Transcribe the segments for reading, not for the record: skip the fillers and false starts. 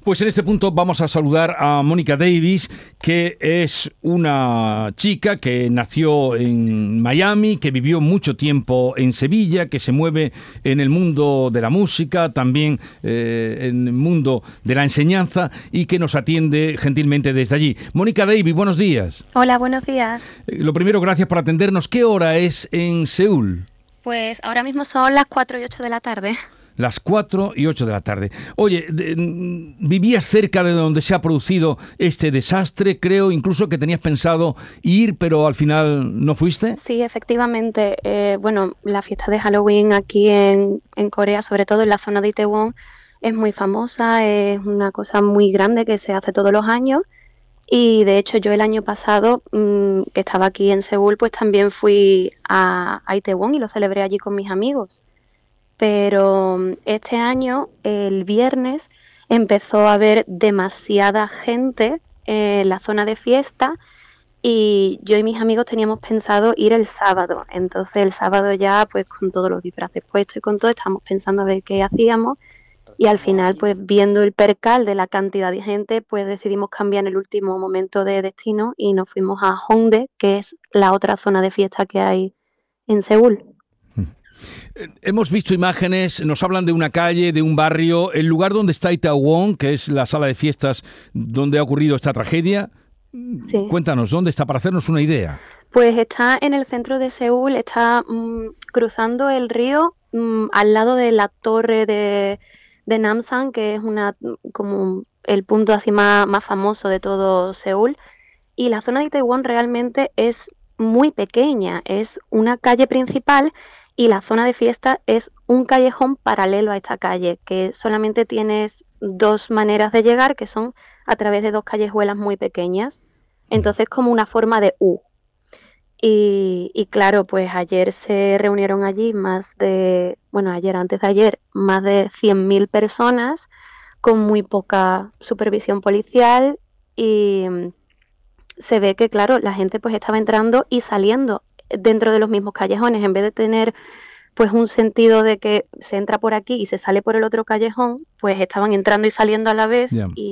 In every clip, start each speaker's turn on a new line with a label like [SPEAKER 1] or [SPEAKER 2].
[SPEAKER 1] Pues en este punto vamos a saludar a Mónica Davis, que es una chica que nació en Miami, que vivió mucho tiempo en Sevilla, que se mueve en el mundo de la música, también en el mundo de la enseñanza y que nos atiende gentilmente desde allí. Mónica Davis, buenos días.
[SPEAKER 2] Hola, buenos días.
[SPEAKER 1] Lo primero, gracias por atendernos. ¿Qué hora es en Seúl?
[SPEAKER 2] Pues ahora mismo son las 4 y 8 de la tarde.
[SPEAKER 1] Las 4 y 8 de la tarde. Oye, vivías cerca de donde se ha producido este desastre, creo incluso que tenías pensado ir, pero al final no fuiste.
[SPEAKER 2] Sí, efectivamente. Bueno, la fiesta de Halloween aquí en Corea, sobre todo en la zona de Itaewon, es muy famosa, es una cosa muy grande que se hace todos los años. Y de hecho yo el año pasado, que estaba aquí en Seúl, pues también fui a Itaewon y lo celebré allí con mis amigos. Pero este año, el viernes, empezó a haber demasiada gente en la zona de fiesta y yo y mis amigos teníamos pensado ir el sábado. Entonces el sábado ya, pues con todos los disfraces puestos y con todo, estábamos pensando a ver qué hacíamos y al final, pues viendo el percal de la cantidad de gente, pues decidimos cambiar en el último momento de destino y nos fuimos a Hongdae, que es la otra zona de fiesta que hay en Seúl.
[SPEAKER 1] Hemos visto imágenes, nos hablan de una calle, de un barrio, el lugar donde está Itaewon, que es la sala de fiestas donde ha ocurrido esta tragedia.
[SPEAKER 2] Sí.
[SPEAKER 1] Cuéntanos, ¿dónde está? Para hacernos una idea.
[SPEAKER 2] Pues está en el centro de Seúl, está cruzando el río al lado de la torre de Namsan, que es como el punto así más famoso de todo Seúl. Y la zona de Itaewon realmente es muy pequeña, es una calle principal y la zona de fiesta es un callejón paralelo a esta calle, que solamente tienes dos maneras de llegar, que son a través de dos callejuelas muy pequeñas. Entonces como una forma de U. Y claro, pues ayer se reunieron allí antes de ayer, más de 100.000 personas con muy poca supervisión policial y se ve que, claro, la gente pues estaba entrando y saliendo dentro de los mismos callejones, en vez de tener pues un sentido de que se entra por aquí y se sale por el otro callejón, pues estaban entrando y saliendo a la vez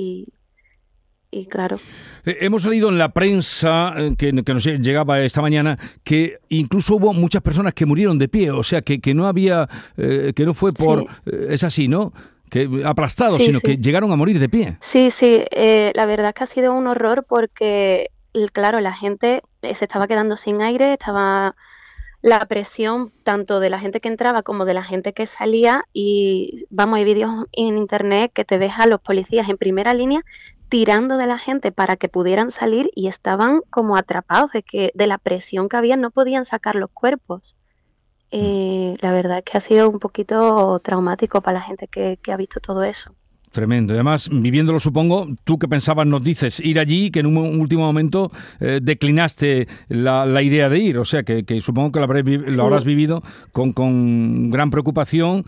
[SPEAKER 2] y claro.
[SPEAKER 1] Hemos leído en la prensa que nos llegaba esta mañana que incluso hubo muchas personas que murieron de pie, o sea que no había, que no fue por, es así, ¿no? Que aplastados, sino que llegaron a morir de pie.
[SPEAKER 2] Sí, la verdad es que ha sido un horror porque, claro, la gente se estaba quedando sin aire, estaba la presión tanto de la gente que entraba como de la gente que salía y, vamos, hay vídeos en internet que te ves a los policías en primera línea tirando de la gente para que pudieran salir y estaban como atrapados de la presión que había, no podían sacar los cuerpos. La verdad es que ha sido un poquito traumático para la gente que ha visto todo eso.
[SPEAKER 1] Tremendo. Y además, viviéndolo, supongo, tú que pensabas, nos dices, ir allí, que en un último momento declinaste la idea de ir. O sea, que supongo que lo habrás vivido con gran preocupación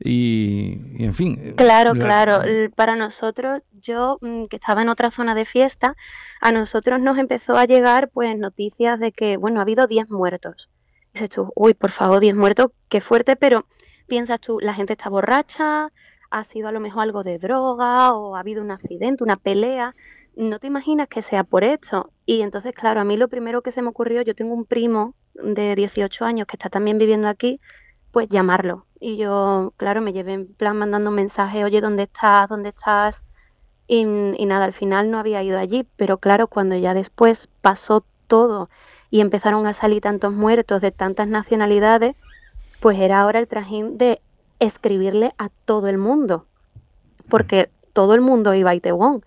[SPEAKER 1] y en fin.
[SPEAKER 2] Claro. Para nosotros, yo que estaba en otra zona de fiesta, a nosotros nos empezó a llegar pues noticias de que, bueno, ha habido 10 muertos. Dices tú, uy, por favor, 10 muertos, qué fuerte, pero piensas tú, la gente está borracha, ha sido a lo mejor algo de droga o ha habido un accidente, una pelea, no te imaginas que sea por esto. Y entonces, claro, a mí lo primero que se me ocurrió, yo tengo un primo de 18 años que está también viviendo aquí, pues llamarlo. Y yo, claro, me llevé en plan mandando mensajes, oye, ¿dónde estás? ¿Dónde estás? Y nada, al final no había ido allí, pero claro, cuando ya después pasó todo y empezaron a salir tantos muertos de tantas nacionalidades, pues era ahora el trajín de escribirle a todo el mundo, porque todo el mundo iba a Itaewon.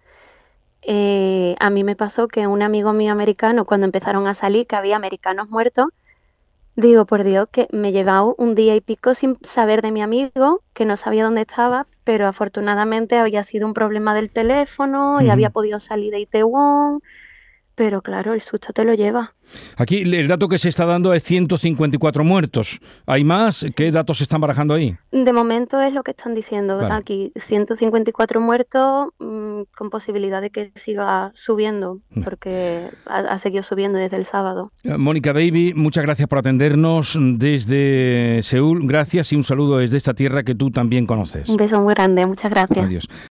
[SPEAKER 2] A mí me pasó que un amigo mío americano, cuando empezaron a salir, que había americanos muertos, digo, por Dios, que me he llevado un día y pico sin saber de mi amigo, que no sabía dónde estaba, pero afortunadamente había sido un problema del teléfono y había podido salir de Itaewon. Pero claro, el susto te lo lleva.
[SPEAKER 1] Aquí el dato que se está dando es 154 muertos. ¿Hay más? ¿Qué datos se están barajando ahí?
[SPEAKER 2] De momento es lo que están diciendo. Vale. Aquí 154 muertos con posibilidad de que siga subiendo, porque ha seguido subiendo desde el sábado.
[SPEAKER 1] Mónica Davis, muchas gracias por atendernos desde Seúl. Gracias y un saludo desde esta tierra que tú también conoces.
[SPEAKER 2] Un beso muy grande, muchas gracias.
[SPEAKER 1] Adiós.